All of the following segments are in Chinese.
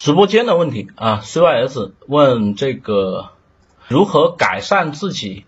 直播间的问题啊 ，CYS 问这个如何改善自己，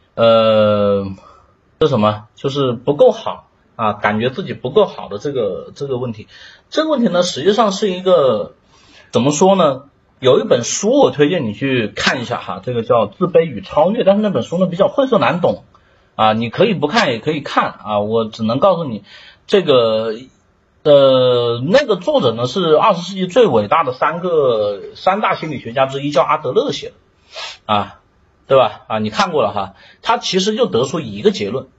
这什么就是不够好啊，感觉自己不够好的这个问题。这个问题呢，实际上是一个怎么说呢？有一本书我推荐你去看一下哈，这个叫《自卑与超越》，但是那本书呢比较晦涩难懂啊，你可以不看也可以看啊，我只能告诉你这个。那个作者呢是20世纪最伟大的三大心理学家之一，叫阿德勒写的啊，对吧？啊，你看过了哈，他其实就得出一个结论，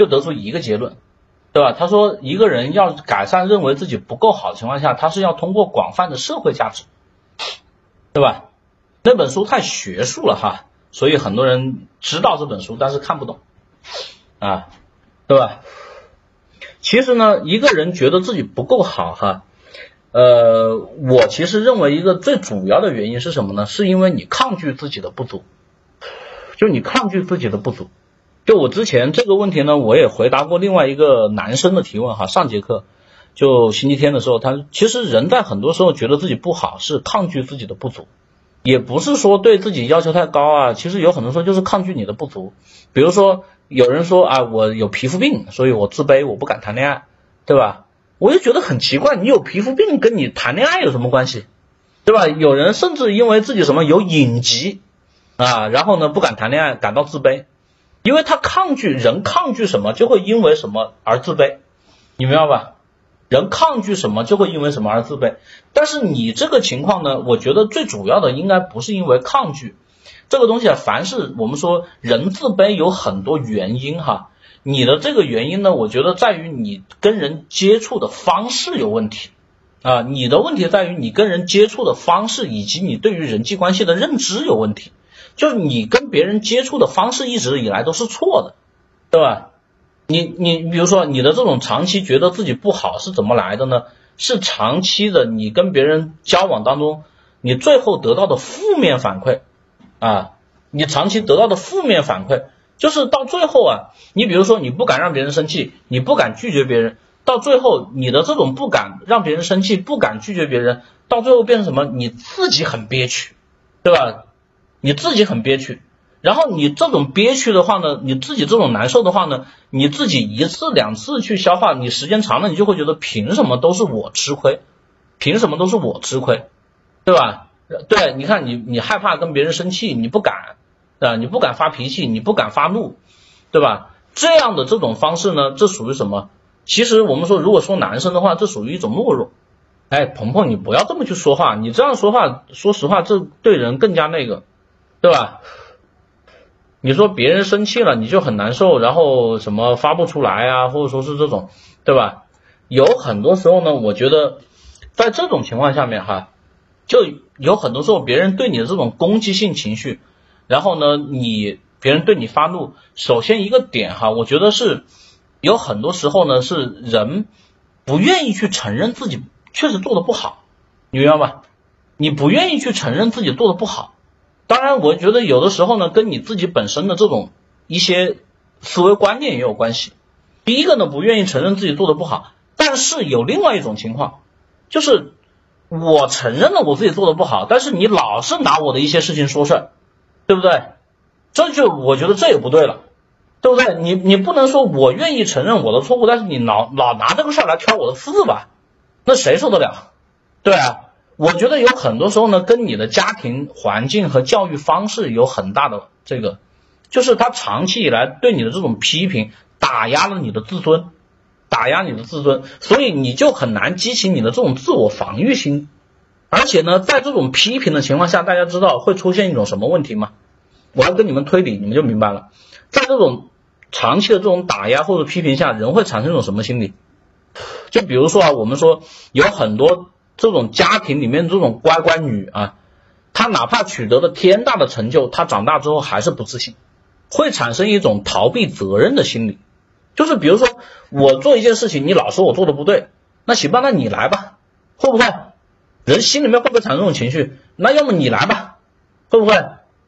对吧？他说一个人要改善认为自己不够好的情况下，他是要通过广泛的社会价值，对吧？那本书太学术了哈，所以很多人知道这本书，但是看不懂啊，对吧？其实呢，一个人觉得自己不够好哈，我其实认为一个最主要的原因是什么呢？是因为你抗拒自己的不足，就你抗拒自己的不足。就我之前这个问题呢，我也回答过另外一个男生的提问哈，上节课就星期天的时候，他其实人在很多时候觉得自己不好，是抗拒自己的不足，也不是说对自己要求太高啊，其实有很多时候就是抗拒你的不足，比如说。有人说啊，我有皮肤病，所以我自卑，我不敢谈恋爱，对吧？我就觉得很奇怪，你有皮肤病跟你谈恋爱有什么关系，对吧？有人甚至因为自己什么有隐疾啊，然后呢不敢谈恋爱，感到自卑，因为他抗拒，人抗拒什么就会因为什么而自卑，你明白吧？人抗拒什么就会因为什么而自卑，但是你这个情况呢，我觉得最主要的应该不是因为抗拒。这个东西啊，凡是我们说人自卑有很多原因哈，你的这个原因呢，我觉得在于你跟人接触的方式有问题啊，你的问题在于你跟人接触的方式以及你对于人际关系的认知有问题，就是你跟别人接触的方式一直以来都是错的，对吧？你比如说你的这种长期觉得自己不好是怎么来的呢？是长期的你跟别人交往当中，你最后得到的负面反馈。啊，你长期得到的负面反馈，就是到最后啊，你比如说你不敢让别人生气，你不敢拒绝别人，到最后你的这种不敢让别人生气，不敢拒绝别人，到最后变成什么？你自己很憋屈，对吧？你自己很憋屈，然后你这种憋屈的话呢，你自己这种难受的话呢，你自己一次两次去消化，你时间长了，你就会觉得凭什么都是我吃亏，凭什么都是我吃亏，对吧？对，你看你害怕跟别人生气，你不敢，对吧？你不敢发脾气，你不敢发怒，对吧？这样的这种方式呢，这属于什么？其实我们说，如果说男生的话，这属于一种懦弱。哎，鹏鹏，你不要这么去说话，你这样说话，说实话，这对人更加那个，对吧？你说别人生气了，你就很难受，然后什么发不出来啊，或者说是这种，对吧？有很多时候呢，我觉得在这种情况下面哈。就有很多时候别人对你的这种攻击性情绪，然后呢别人对你发怒，首先一个点哈，我觉得是有很多时候呢是人不愿意去承认自己确实做的不好，你明白吧？你不愿意去承认自己做的不好，当然我觉得有的时候呢跟你自己本身的这种一些思维观念也有关系。第一个呢不愿意承认自己做的不好，但是有另外一种情况，就是我承认了我自己做的不好，但是你老是拿我的一些事情说事儿，对不对？这就我觉得这也不对了，对不对？你不能说我愿意承认我的错误，但是你老拿这个事儿来挑我的刺吧，那谁受得了？对啊，我觉得有很多时候呢，跟你的家庭环境和教育方式有很大的这个，就是他长期以来对你的这种批评打压了你的自尊。所以你就很难激起你的这种自我防御心，而且呢，在这种批评的情况下，大家知道会出现一种什么问题吗？我要跟你们推理，你们就明白了。在这种长期的这种打压或者批评下，人会产生一种什么心理？就比如说啊，我们说有很多这种家庭里面这种乖乖女啊，她哪怕取得了天大的成就，她长大之后还是不自信，会产生一种逃避责任的心理。就是比如说我做一件事情，你老说我做的不对，那行吧，那你来吧，会不会？人心里面会不会产生这种情绪？那要么你来吧，会不会？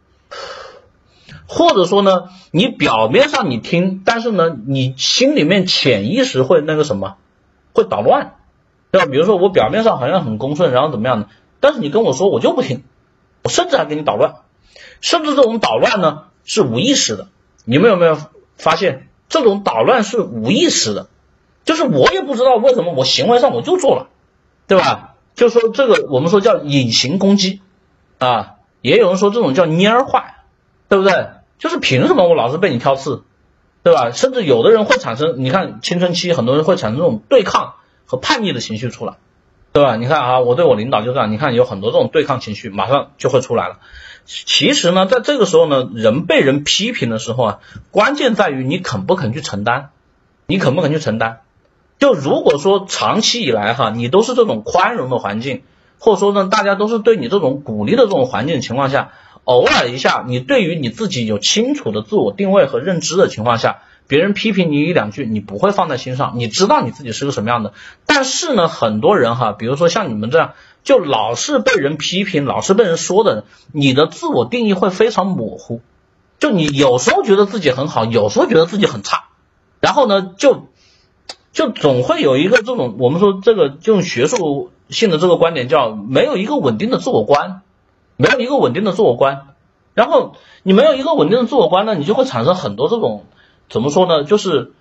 或者说呢，你表面上你听，但是呢，你心里面潜意识会那个什么，会捣乱，对吧？比如说我表面上好像很恭顺，然后怎么样的， 但是你跟我说我就不听，我甚至还给你捣乱，甚至这种捣乱呢是无意识的。你们有没有发现这种捣乱是无意识的？就是我也不知道为什么我行为上我就做了，对吧？就是说这个我们说叫隐形攻击啊，也有人说这种叫蔫坏，对不对？就是凭什么我老是被你挑刺，对吧？甚至有的人会产生，你看青春期很多人会产生这种对抗和叛逆的情绪出来，对吧？你看啊，我对我领导就这样，你看有很多这种对抗情绪马上就会出来了。其实呢，在这个时候呢，人被人批评的时候啊，关键在于你肯不肯去承担，你肯不肯去承担。就如果说长期以来哈，你都是这种宽容的环境，或者说呢，大家都是对你这种鼓励的这种环境的情况下，偶尔一下，你对于你自己有清楚的自我定位和认知的情况下，别人批评你一两句，你不会放在心上，你知道你自己是个什么样的。但是呢，很多人哈，比如说像你们这样，就老是被人批评，老是被人说的，你的自我定义会非常模糊。就你有时候觉得自己很好，有时候觉得自己很差，然后呢，就总会有一个这种我们说这个这种学术性的这个观点叫没有一个稳定的自我观，没有一个稳定的自我观。然后你没有一个稳定的自我观呢，你就会产生很多这种怎么说呢，就是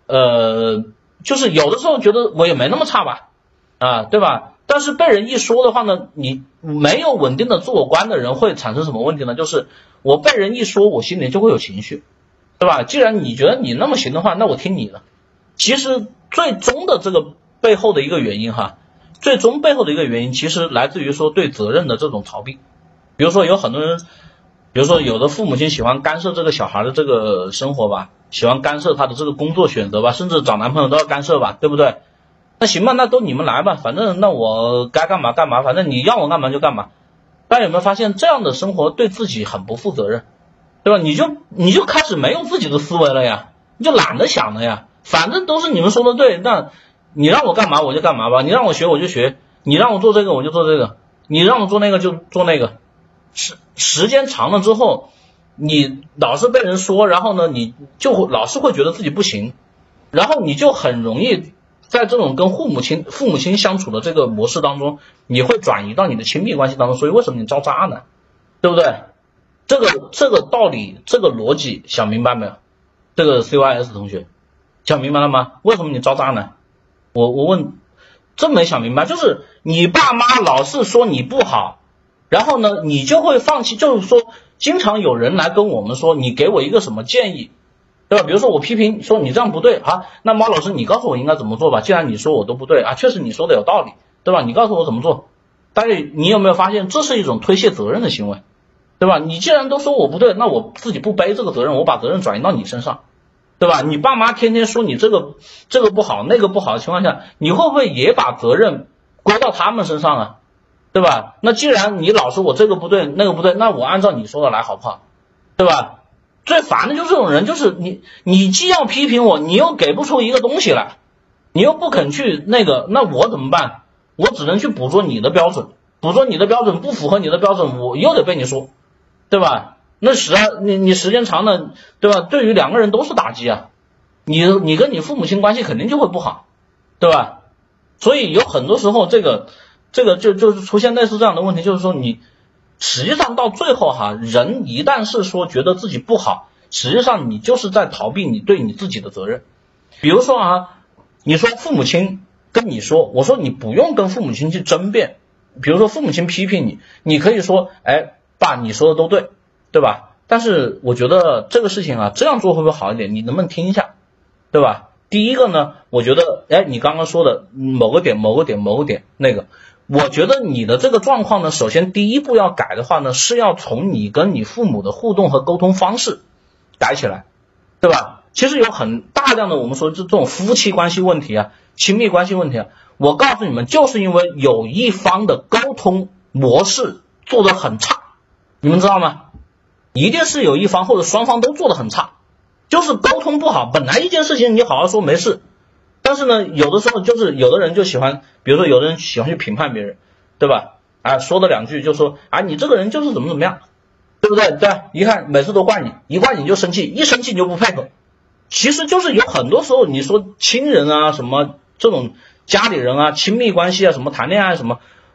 有的时候觉得我也没那么差吧，啊，对吧？但是被人一说的话呢，你没有稳定的自我观的人会产生什么问题呢？就是我被人一说，我心里就会有情绪，对吧？既然你觉得你那么行的话，那我听你的。其实最终的这个背后的一个原因哈，最终背后的一个原因其实来自于说对责任的这种逃避。比如说有很多人，比如说有的父母亲喜欢干涉这个小孩的这个生活吧，喜欢干涉他的这个工作选择吧，甚至找男朋友都要干涉吧，对不对？那行吧，那都你们来吧，反正那我该干嘛干嘛，反正你让我干嘛就干嘛。大家有没有发现这样的生活对自己很不负责任，对吧？你就开始没有自己的思维了呀，你就懒得想了呀。反正都是你们说的对，那你让我干嘛我就干嘛吧，你让我学我就学，你让我做这个我就做这个，你让我做那个就做那个。时间长了之后，你老是被人说，然后呢，你就老是会觉得自己不行，然后你就很容易在这种跟父母亲相处的这个模式当中，你会转移到你的亲密关系当中。所以为什么你招渣呢？对不对？这个道理，这个逻辑想明白没有？这个 CYS 同学想明白了吗？为什么你招渣呢？我问，真没想明白。就是你爸妈老是说你不好，然后呢，你就会放弃。就是说，经常有人来跟我们说，你给我一个什么建议，对吧？比如说我批评说你这样不对啊，那猫老师你告诉我应该怎么做吧？既然你说我都不对啊，确实你说的有道理，对吧？你告诉我怎么做。但是你有没有发现，这是一种推卸责任的行为，对吧？你既然都说我不对，那我自己不背这个责任，我把责任转移到你身上。对吧？你爸妈天天说你这个不好那个不好的情况下，你会不会也把责任归到他们身上啊？对吧？那既然你老说我这个不对那个不对，那我按照你说的来好不好？对吧？最烦的就是这种人，就是你既要批评我，你又给不出一个东西来，你又不肯去那个，那我怎么办？我只能去捕捉你的标准，捕捉你的标准不符合你的标准，我又得被你说，对吧？那你时间长了，对吧？对于两个人都是打击啊，你跟你父母亲关系肯定就会不好，对吧？所以有很多时候这个就是出现类似这样的问题，就是说你实际上到最后哈，人一旦是说觉得自己不好，实际上你就是在逃避你对你自己的责任。比如说啊，你说父母亲跟你说，我说你不用跟父母亲去争辩，比如说父母亲批评你，你可以说，哎，爸，你说的都对。对吧？但是我觉得这个事情啊，这样做会不会好一点？你能不能听一下，对吧？第一个呢，我觉得，哎，你刚刚说的某个点那个，我觉得你的这个状况呢，首先第一步要改的话呢，是要从你跟你父母的互动和沟通方式改起来，对吧？其实有很大量的我们说这种夫妻关系问题啊，亲密关系问题啊，我告诉你们，就是因为有一方的沟通模式做得很差，你们知道吗？一定是有一方或者双方都做得很差，就是沟通不好。本来一件事情你好好说没事，但是呢，有的时候就是有的人就喜欢，比如说有的人喜欢去评判别人，对吧？啊，说了两句就说啊，你这个人就是怎么样，对不对？对，一看每次都怪你，一怪你就生气，一生气你就不配合。其实就是有很多时候你说亲人啊，什么这种家里人啊，亲密关系啊，什么谈恋爱什么，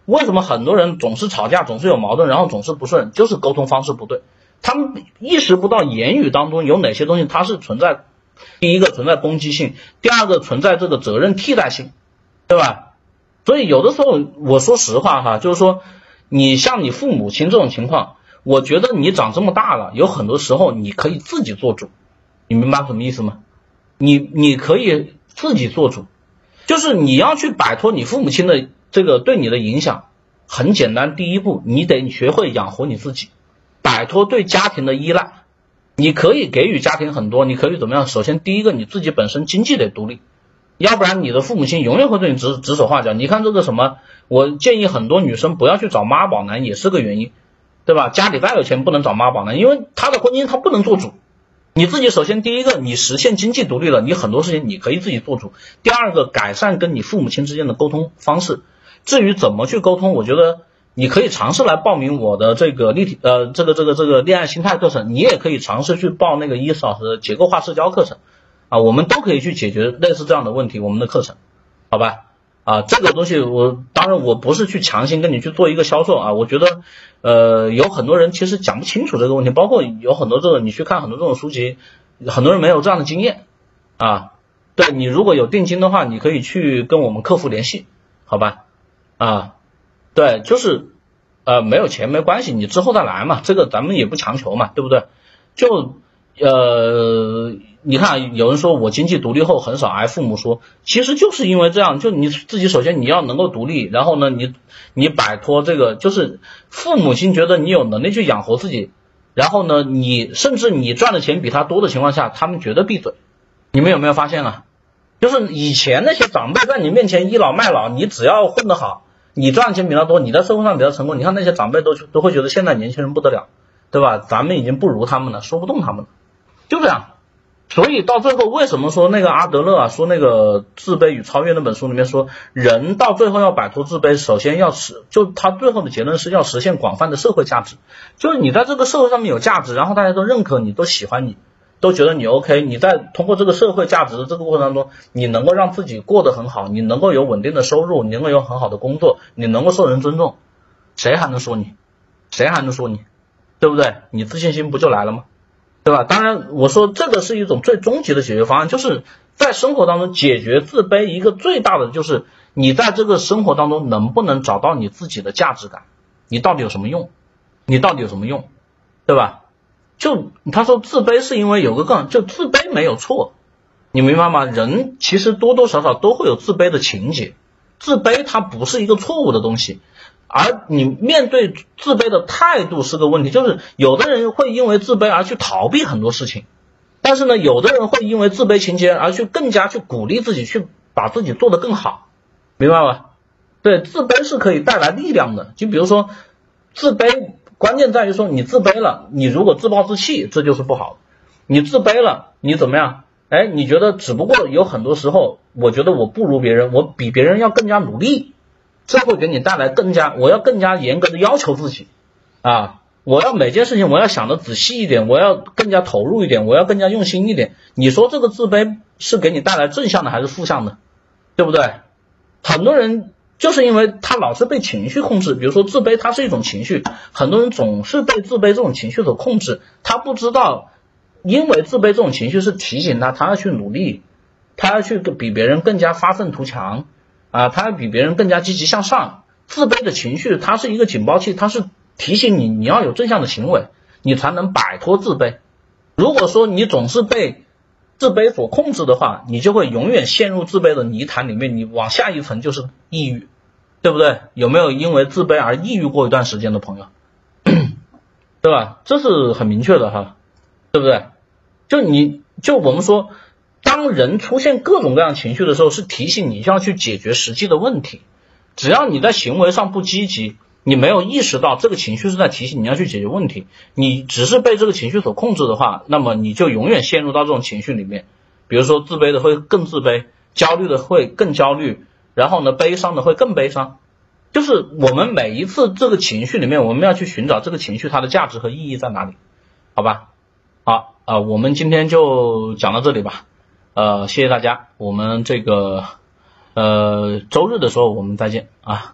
为什么很多人总是吵架，总是有矛盾，然后总是不顺，就是沟通方式不对。他们意识不到言语当中有哪些东西它是存在，第一个存在攻击性，第二个存在这个责任替代性，对吧？所以有的时候我说实话哈，就是说你像你父母亲这种情况，我觉得你长这么大了，有很多时候你可以自己做主，你明白什么意思吗？你可以自己做主，就是你要去摆脱你父母亲的这个对你的影响，很简单，第一步你得学会养活你自己，摆脱对家庭的依赖。你可以给予家庭很多，你可以怎么样？首先第一个你自己本身经济得独立，要不然你的父母亲永远会对你指手画脚。你看这个什么，我建议很多女生不要去找妈宝男，也是个原因，对吧？家里再有钱不能找妈宝男，因为他的婚姻他不能做主。你自己首先第一个你实现经济独立了，你很多事情你可以自己做主。第二个改善跟你父母亲之间的沟通方式，至于怎么去沟通，我觉得你可以尝试来报名我的这个恋爱心态课程，你也可以尝试去报那个1小时结构化社交课程啊，我们都可以去解决类似这样的问题，我们的课程，好吧？啊，这个东西当然我不是去强行跟你去做一个销售啊，我觉得有很多人其实讲不清楚这个问题，包括有很多这个你去看很多这种书籍，很多人没有这样的经验啊。对，你如果有定金的话，你可以去跟我们客服联系，好吧？啊，对，就是没有钱没关系，你之后再来嘛，这个咱们也不强求嘛，对不对？就你看有人说我经济独立后很少挨父母说，其实就是因为这样，就你自己首先你要能够独立，然后呢你摆脱这个，就是父母亲觉得你有能力去养活自己，然后呢你甚至你赚的钱比他多的情况下，他们绝对闭嘴。你们有没有发现啊？就是以前那些长辈在你面前倚老卖老，你只要混得好，你赚的钱比他多，你在社会上比较成功，你看那些长辈都会觉得现在年轻人不得了，对吧？咱们已经不如他们了，说不动他们了，就这样。所以到最后为什么说那个阿德勒啊，说那个自卑与超越那本书里面说，人到最后要摆脱自卑，首先就他最后的结论是要实现广泛的社会价值，就是你在这个社会上面有价值，然后大家都认可你，都喜欢你，都觉得你 OK， 你在通过这个社会价值的这个过程当中，你能够让自己过得很好，你能够有稳定的收入，你能够有很好的工作，你能够受人尊重，谁还能说你？谁还能说你？对不对？你自信心不就来了吗？对吧？当然我说这个是一种最终极的解决方案，就是在生活当中解决自卑一个最大的就是你在这个生活当中能不能找到你自己的价值感，你到底有什么用，你到底有什么用，对吧？就他说自卑是因为有个更，就自卑没有错，你明白吗？人其实多多少少都会有自卑的情节，自卑它不是一个错误的东西，而你面对自卑的态度是个问题，就是有的人会因为自卑而去逃避很多事情，但是呢，有的人会因为自卑情节而去更加去鼓励自己，去把自己做得更好，明白吗？对，自卑是可以带来力量的，就比如说自卑关键在于说你自卑了，你如果自暴自弃，这就是不好的。你自卑了，你怎么样？哎，你觉得只不过有很多时候，我觉得我不如别人，我比别人要更加努力，这会给你带来我要更加严格的要求自己啊，我要每件事情我要想得仔细一点，我要更加投入一点，我要更加用心一点。你说这个自卑是给你带来正向的还是负向的？对不对？很多人就是因为他老是被情绪控制，比如说自卑它是一种情绪，很多人总是被自卑这种情绪所控制，他不知道因为自卑这种情绪是提醒他要去努力，他要去比别人更加发愤图强啊，他要比别人更加积极向上。自卑的情绪它是一个警报器，它是提醒你要有正向的行为，你才能摆脱自卑。如果说你总是被自卑所控制的话，你就会永远陷入自卑的泥潭里面，你往下一层就是抑郁，对不对？有没有因为自卑而抑郁过一段时间的朋友？对吧？这是很明确的哈，对不对？就我们说，当人出现各种各样情绪的时候，是提醒你要去解决实际的问题。只要你在行为上不积极，你没有意识到这个情绪是在提醒你要去解决问题，你只是被这个情绪所控制的话，那么你就永远陷入到这种情绪里面。比如说自卑的会更自卑，焦虑的会更焦虑，然后呢悲伤的会更悲伤。就是我们每一次这个情绪里面，我们要去寻找这个情绪它的价值和意义在哪里，好吧？好我们今天就讲到这里吧，谢谢大家，我们这个周日的时候我们再见啊。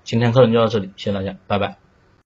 今天课程就到这里，谢谢大家，拜拜。